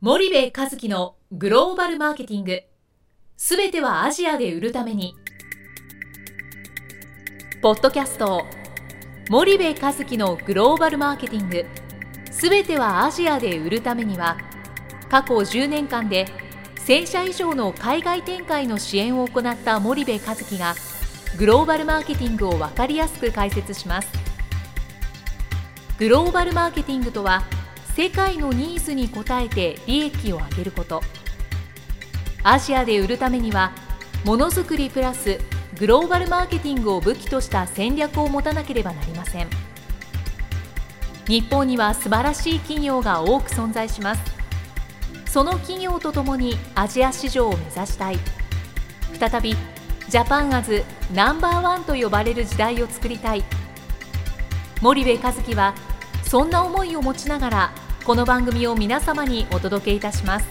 森部一樹のグローバルマーケティング、すべてはアジアで売るために。ポッドキャスト森部一樹のグローバルマーケティング、すべてはアジアで売るためには、過去10年間で1000社以上の海外展開の支援を行った森部一樹がグローバルマーケティングを分かりやすく解説します。グローバルマーケティングとは、世界のニーズに応えて利益を上げること。アジアで売るためには、ものづくりプラスグローバルマーケティングを武器とした戦略を持たなければなりません。日本には素晴らしい企業が多く存在します。その企業とともにアジア市場を目指したい。再びジャパンアズナンバーワンと呼ばれる時代を作りたい。森部一樹はそんな思いを持ちながら、この番組を皆様にお届けいたします。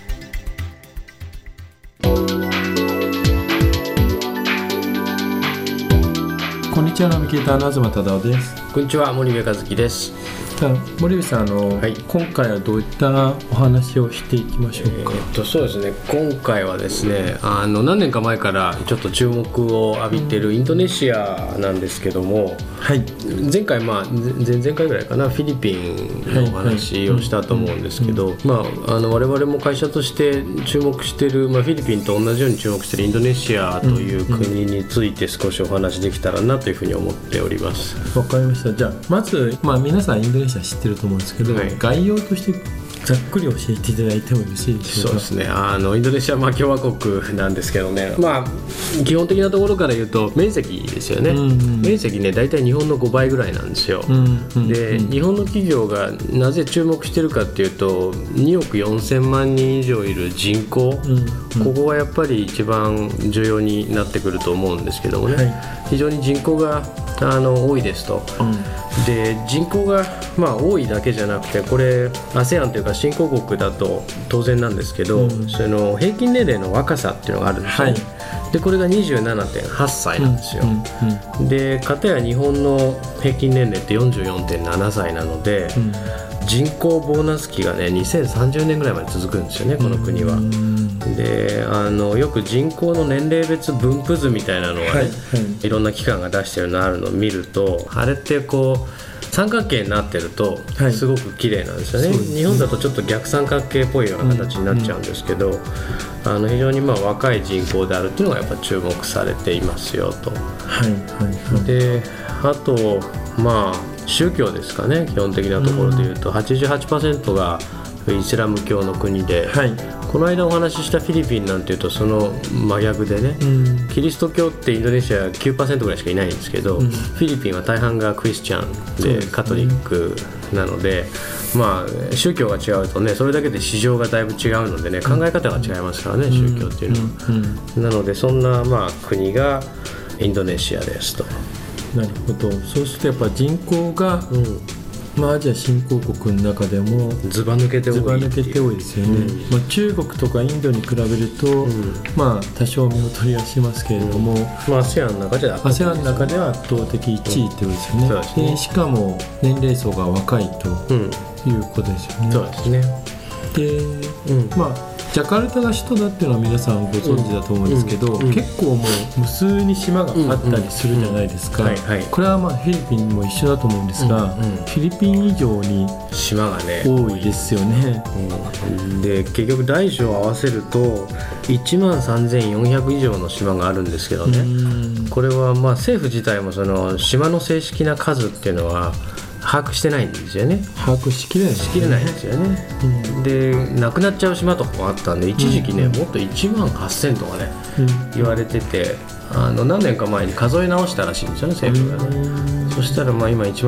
こんにちは、ナビゲーターの東忠夫です。 こんにちは、森部一樹です。 森部さん、今回はどういったお話をしていきましょうか。 そうですね、今回はですね、何年か前からちょっと注目を浴びているインドネシアなんですけども、前回、前々回ぐらいかな、フィリピンのお話をしたと思うんですけど、我々も会社として注目している、フィリピンと同じように注目しているインドネシアという国について少しお話できたらなというふうに思っております。 わかりました。じゃあまず、皆さんインドネシア知ってると思うんですけど、概要としてざっくり教えていただいてもよろしいでしょうか。 そうですね、インドネシアは共和国なんですけどね、基本的なところから言うと面積ですよね。面積ね、大体日本の5倍ぐらいなんですよ。で、日本の企業がなぜ注目してるかっていうと、2億4000万人以上いる人口、ここがやっぱり一番重要になってくると思うんですけどもね、非常に人口が多いですと。で、人口が多いだけじゃなくて、これ ASEAN というか新興国だと当然なんですけど、その平均年齢の若さっていうのがあるんですよね。で、これが 27.8 歳なんですよ。で、片や日本の平均年齢って 44.7 歳なので、人口ボーナス期がね2030年ぐらいまで続くんですよね、この国は。で、よく人口の年齢別分布図みたいなのがね、いろんな機関が出してるのあるのを見ると、あれってこう三角形になってるとすごく綺麗なんですよね。日本だとちょっと逆三角形っぽいような形になっちゃうんですけど、非常に若い人口であるっていうのがやっぱ注目されていますよと。で、あと宗教ですかね。基本的なところでいうと 88% がイスラム教の国で、この間お話ししたフィリピンなんていうとその真逆でね、キリスト教ってインドネシア 9% ぐらいしかいないんですけど、フィリピンは大半がクリスチャンでカトリックなので、宗教が違うとね、それだけで市場がだいぶ違うのでね、考え方が違いますからね、宗教っていうのは。なのでそんな国がインドネシアですと。 なるほど。そうするとやっぱ人口が、アジア新興国の中でもずば抜けて多いですよね。中国とかインドに比べると、多少見劣りはしますけれども、 ASEAN の中では圧倒的1位ということですよね。で、しかも年齢層が若いということですよね。 そうですね。 で、ジャカルタが首都だっていうのは皆さんご存知だと思うんですけど、結構もう無数に島があったりするじゃないですか。これはフィリピンも一緒だと思うんですが、フィリピン以上に島がね多いですよね。 で、結局大小合わせると13,400以上の島があるんですけどね、これは政府自体もその島の正式な数っていうのは把握してないんですよね。 把握しきれないんですよね。で、なくなっちゃう島とかもあったんで、一時期ね、もっと18,000とかね、言われてて、何年か前に数え直したらしいんですよね、政府がね。そしたら今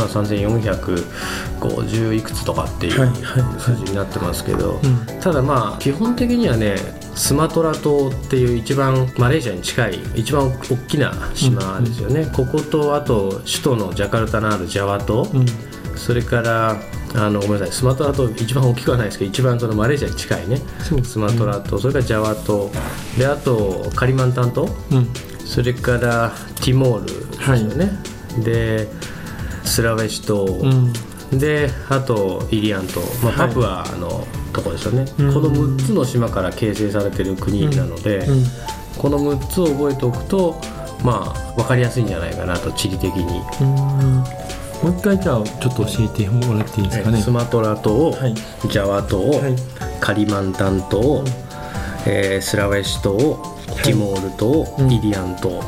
13,450 いくつとかっていう数字になってますけど、ただ基本的にはね、スマトラ島っていう一番マレーシアに近い一番大きな島ですよね。ここと、あと首都のジャカルタのあるジャワ島、それからごめんなさい、スマトラ島一番大きくはないですけど、一番そのマレーシアに近いね、スマトラ島、それからジャワ島で、あとカリマンタン島、それからティモールですよね。で、スラウェシ島、で、あとイリアン島、パプアのところですよね、この6つの島から形成されてる国なので、この6つを覚えておくとまあ分かりやすいんじゃないかなと、地理的に。 もう一回じゃあちょっと教えてもらっていいですかね。 スマトラ島、ジャワ島、カリマンタン島、スラウェシ島、ティモール島、イリアン島。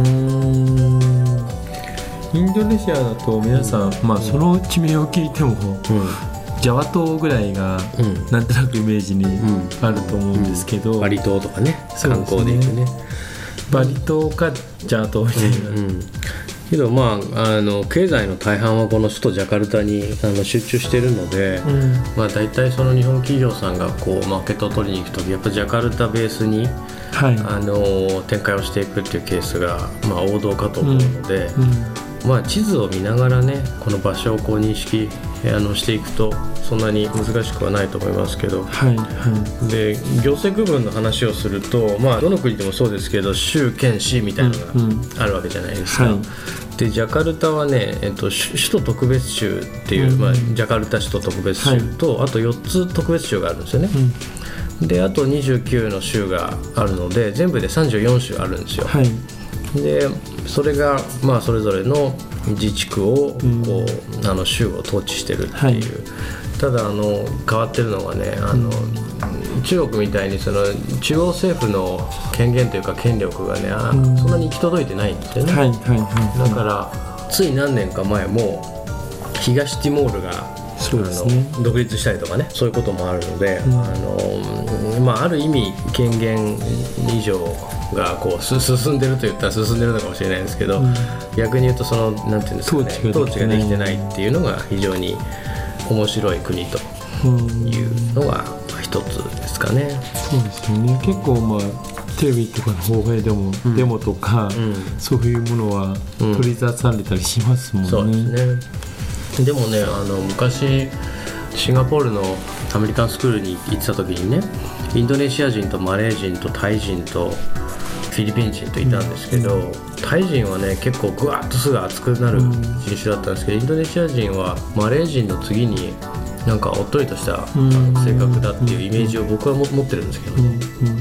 インドネシアだと皆さん、まあ、その地名を聞いても、ジャワ島ぐらいがなんとなくイメージにあると思うんですけど、 バリ島とかね、観光で行くね、 バリ島かジャワ島みたいな、 けどまあ経済の大半はこの首都ジャカルタに集中しているので、まあ、大体その日本企業さんがこうマーケットを取りに行くときやっぱジャカルタベースに、展開をしていくっていうケースが、まあ、王道かと思うので、まあ、地図を見ながらねこの場所をこう認識していくとそんなに難しくはないと思いますけど、で行政区分の話をすると、まあ、どの国でもそうですけど州県市みたいなのがあるわけじゃないですか。でジャカルタはね、首都特別州っていう、まあ、ジャカルタ首都特別州と、あと4つ特別州があるんですよね。であと29の州があるので全部で34州あるんですよ。でそれが、まあ、それぞれの自治区をこう、州を統治してるっていう、ただ変わってるのがね中国みたいにその中央政府の権限というか権力がね、そんなに行き届いてないんですよね。だからつい何年か前も東ティモールが独立したりとかね、そういうこともあるので、まあ、ある意味権限以上がこう進んでると言ったら進んでるのかもしれないですけど、逆に言うとそのなんていうんですかね、統治ができてないっていうのが非常に面白い国というのが一つですかね。 そうですよね。結構まあテレビとかの放映でも、デモとか、そういうものは取り沙汰されたりしますもんね。 そうですね。でもね昔シンガポールのアメリカンスクールに行ってた時にね、インドネシア人とマレー人とタイ人とフィリピン人といたんですけど、タイ人はね結構グワッとすぐ熱くなる人種だったんですけど、インドネシア人はマレー人の次になんかおっとりとした性格だっていうイメージを僕は持ってるんですけどね。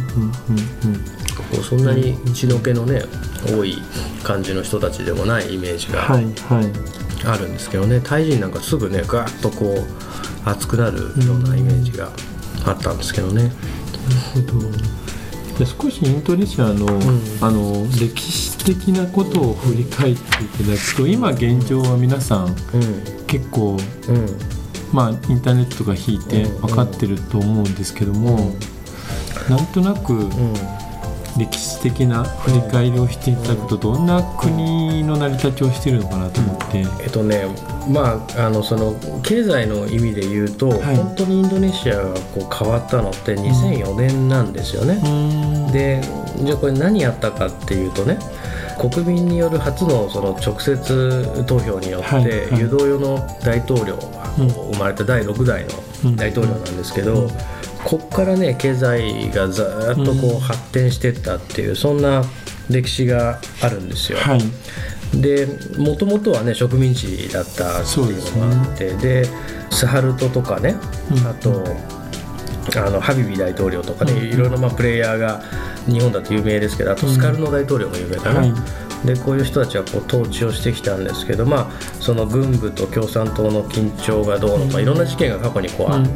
そんなに血の気のね多い感じの人たちでもないイメージがあるんですけどね、タイ人なんかすぐねガーッとこう熱くなるようなイメージがあったんですけどね。 で少しインドネシアの、歴史的なことを振り返っていただくと、今現状は皆さん、結構、まあ、インターネットとか引いて分かってると思うんですけども、なんとなく、歴史的な振り返りをしていただくとどんな国の成り立ちをしているのかなと思って、 まあ、その経済の意味で言うと、本当にインドネシアがこう変わったのって2004年なんですよね。でじゃあこれ何やったかっていうとね、国民による初のその直接投票によってユドヨの大統領が生まれた第6代の大統領なんですけど、ここからね経済がずっとこう発展していったっていう、そんな歴史があるんですよ。でもともとはね植民地だったっていうのがあって、でスハルトとかね、あとハビビ大統領とかね、いろいろプレイヤーが日本だと有名ですけど、あとスカルノ大統領も有名かな。でこういう人たちはこう統治をしてきたんですけど、まあ、その軍部と共産党の緊張がどうのとかいろんな事件が過去にこうあって、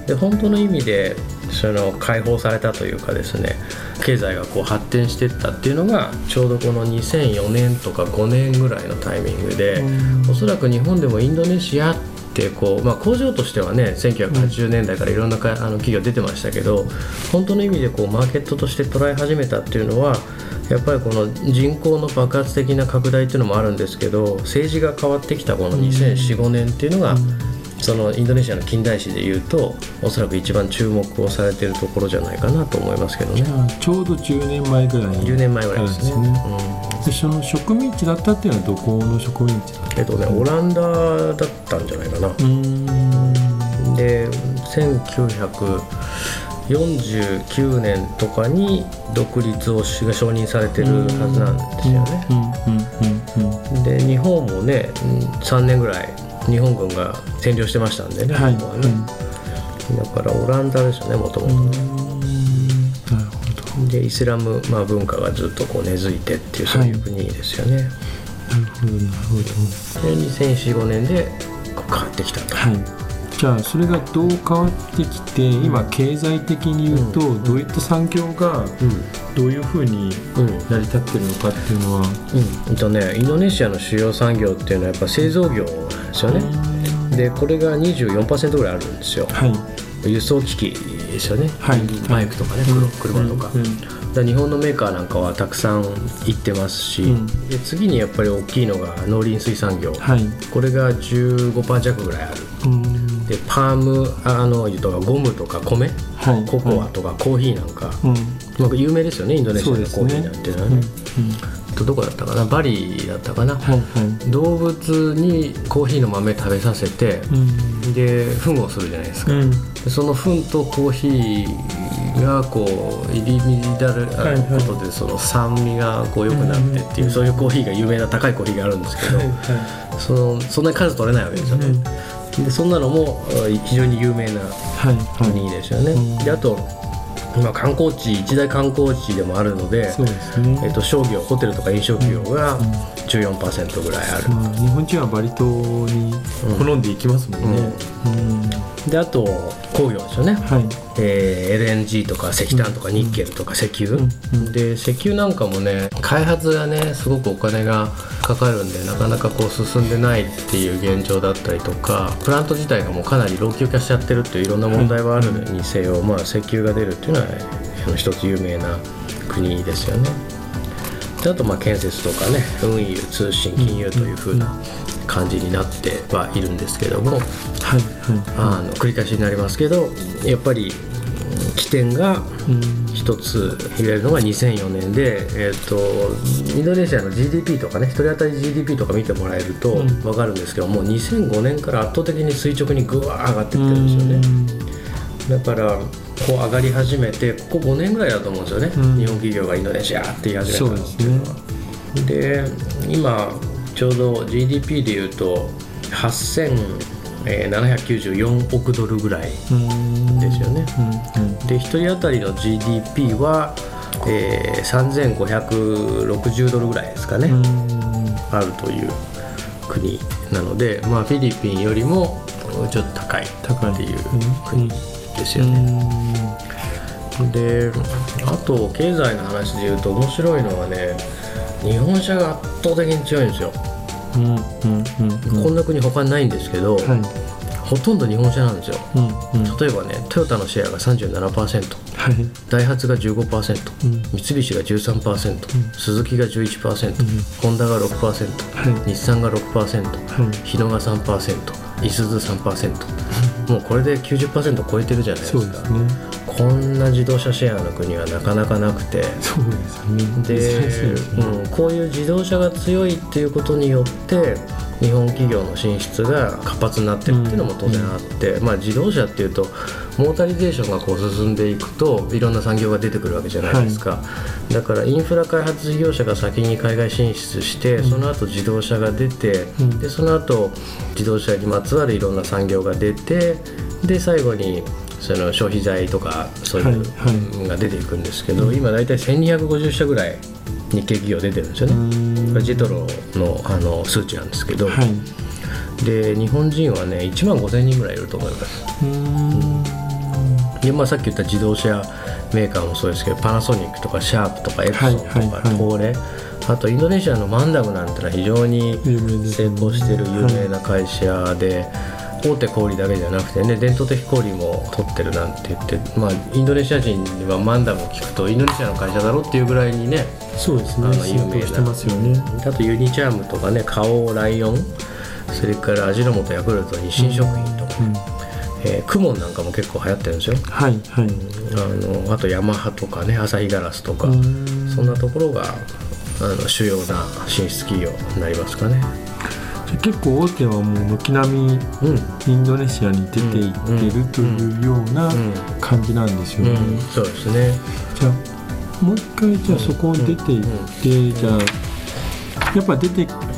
で本当の意味でその解放されたというかですね、経済がこう発展していったっていうのがちょうどこの2004年とか5年ぐらいのタイミングで、おそらく日本でもインドネシアってこう、工場としてはね1980年代からいろんな企業出てましたけど、本当の意味でこうマーケットとして捉え始めたっていうのはやっぱりこの人口の爆発的な拡大っていうのもあるんですけど、政治が変わってきたこの2004、5年っていうのがそのインドネシアの近代史でいうとおそらく一番注目をされているところじゃないかなと思いますけどね。 ちょうど10年前ぐらいに 10年前ぐらいですね。 でその植民地だったっていうのはどこの植民地だったんですか？ オランダだったんじゃないかな。で1949年とかに独立を承認されてるはずなんですよね。で日本もね3年ぐらい日本軍が占領してましたんでね、 だからオランダですよね、もともと。 なるほど。 でイスラム、文化がずっとこう根付いてっていう、そういう国ですよね。 なるほどなるほど。 で2004、5年でこう変わってきたと。 じゃあそれがどう変わってきて、今経済的に言うとどういった産業がどういうふうに成り立ってるのかっていうのは、 インドネシアの主要産業っていうのはやっぱ製造業なんですよね。でこれが 24% ぐらいあるんですよ。輸送機器ですよね、バイクとかね、車とか。日本のメーカーなんかはたくさん行ってますし、で次にやっぱり大きいのが農林水産業、これが 15% 弱ぐらいある。でパームオイルとかゴムとか米、ココアとかコーヒーなんか、有名ですよね、インドネシアのコーヒーなんていうのはね。どこだったかな、バリだったかな、動物にコーヒーの豆食べさせて、で糞をするじゃないですか、でその糞とコーヒーがこう入り乱れることで、その酸味がこう良くなってっていう、そういうコーヒーが有名な高いコーヒーがあるんですけど、そんなに数取れないわけですよね。でそんなのも非常に有名な国ですよね。であと観光地、一大観光地でもあるので、商業、ホテルとか飲食業が 14% ぐらいある。 日本人はバリ島に好んで行きますもんね。 であと工業ですよね、LNG とか石炭とかニッケルとか石油、で石油なんかもね、開発がねすごくお金がかかるんで、なかなかこう進んでないっていう現状だったりとか、プラント自体がもうかなり老朽化しちゃってるっていういろんな問題はあるにせよ、石油が出るっていうのは一つ有名な国ですよね。であと建設とかね、運輸、通信、金融という風な感じになってはいるんですけども、繰り返しになりますけど、やっぱり起点が一つ言えるのが2004年で、インドネシアの GDP とかね、1人当たり GDP とか見てもらえると分かるんですけども、2005年から圧倒的に垂直にぐわー上がってきてるんですよね。だからこう上がり始めて、ここ5年ぐらいだと思うんですよね、日本企業がインドネシアって言い始めたのっていうのは。で今ちょうど GDP でいうと8794億ドルぐらいですよね。で1人当たりの GDP は、3560ドルぐらいですかね、あるという国なので、フィリピンよりもちょっと高いっていう国ですよね。であと経済の話でいうと面白いのはね、日本車が圧倒的に強いんですよ。こんな国他にないんですけど、ほとんど日本車なんですよ。例えばね、トヨタのシェアが 37%、ダイハツが 15%、三菱が 13%、スズキが 11%、ホンダが 6%、日産が 6%、日野が 3%、いすゞ 3%、もうこれで 90% 超えてるじゃないですか。こんな自動車シェアの国はなかなかなくて、こういう自動車が強いっていうことによって日本企業の進出が活発になってるっていうのも当然あって、自動車っていうとモータリゼーションがこう進んでいくといろんな産業が出てくるわけじゃないですか、だからインフラ開発事業者が先に海外進出して、その後自動車が出て、でその後自動車にまつわるいろんな産業が出て、で最後にその消費財とかそういうのが出ていくんですけど、今だいたい1250社ぐらい日系企業出てるんですよね。これジェトロの数値なんですけど、で日本人はね1万5000人ぐらいいると思います。でさっき言った自動車メーカーもそうですけど、パナソニックとかシャープとかエプソンとか東レ、あとインドネシアのマンダムなんてのは非常に成功している有名な会社で、大手小売だけじゃなくてね、伝統的小売も取ってるなんて言って、インドネシア人にはマンダムを聞くとインドネシアの会社だろっていうぐらいにね、 そうですね、有名なしてますよね。 あとユニチャームとかね、花王、ライオン、それから味の素、ヤクルト、日清食品とか、クモンなんかも結構流行ってるんですよ。あとヤマハとかね、アサヒガラスとか、そんなところが主要な進出企業になりますかね。 結構大手はもう軒並みインドネシアに出ていってるというような感じなんですよね。 そうですね。 じゃあもう一回そこを出ていって、じゃあやっぱ出て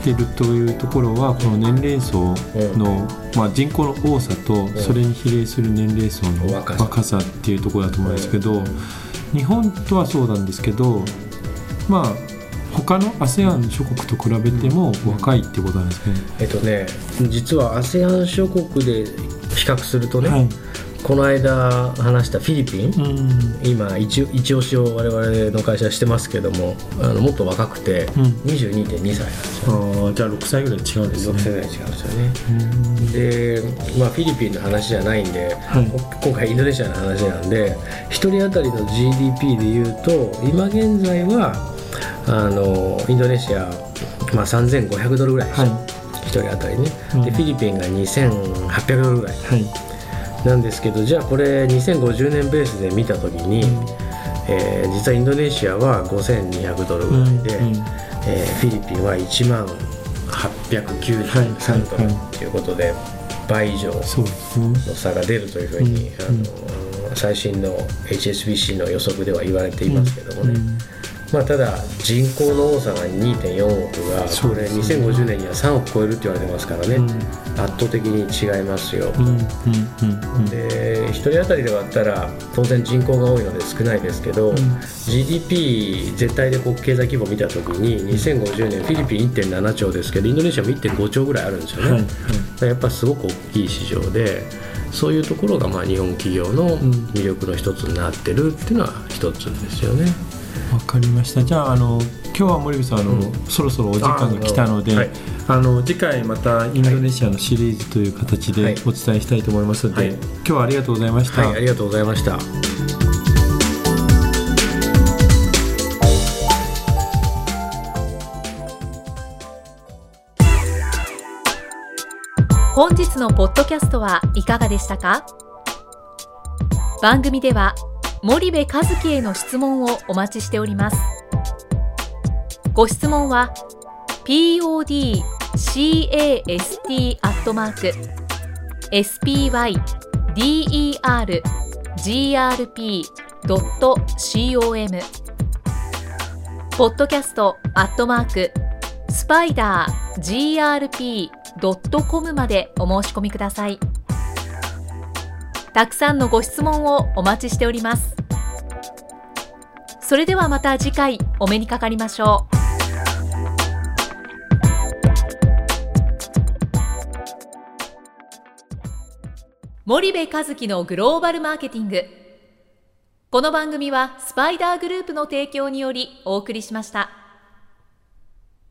てるというところはこの年齢層の、人口の多さとそれに比例する年齢層の若さっていうところだと思うんですけど、日本とはそうなんですけど、他の ASEAN 諸国と比べても若いってことなんですね。 実は ASEAN 諸国で比較するとね、この間話したフィリピン、今一押しを我々の会社してますけども、もっと若くて 22.2 歳なんですよ、 じゃあ6歳ぐらい違うんですね。 6歳ぐらい違うんですよね。で、フィリピンの話じゃないんで、今回インドネシアの話なんで、1人当たりの GDP でいうと今現在はインドネシア、3500ドルぐらいですよ、1人当たりね。でフィリピンが2800ドルぐらい、なんですけど、じゃあこれ2050年ベースで見たときに、実はインドネシアは5200ドルぐらいで、フィリピンは1万893ドルということで、倍以上の差が出るというふうに、最新の HSBC の予測では言われていますけどもね。ただ人口の多さが 2.4 億がこれ2050年には3億超えるって言われてますからね、圧倒的に違いますよ。で1人当たりで割ったら当然人口が多いので少ないですけど、GDP 全体で経済規模を見たときに2050年フィリピン 1.7 兆ですけどインドネシアも 1.5 兆ぐらいあるんですよね。やっぱすごく大きい市場で、そういうところが日本企業の魅力の一つになってるっていうのは一つですよね。 わかりました。じゃあ今日は森部さんそろそろお時間が来たので、次回またインドネシアのシリーズという形でお伝えしたいと思いますので、今日はありがとうございました。 ありがとうございました。 本日のポッドキャストはいかがでしたか？番組では森部一樹への質問をお待ちしております。ご質問は podcast@spydergrp.com podcast@spidergrp.com までお申し込みください。たくさんのご質問をお待ちしております。それではまた次回お目にかかりましょう。森部一樹のグローバルマーケティング。この番組はスパイダーグループの提供によりお送りしました。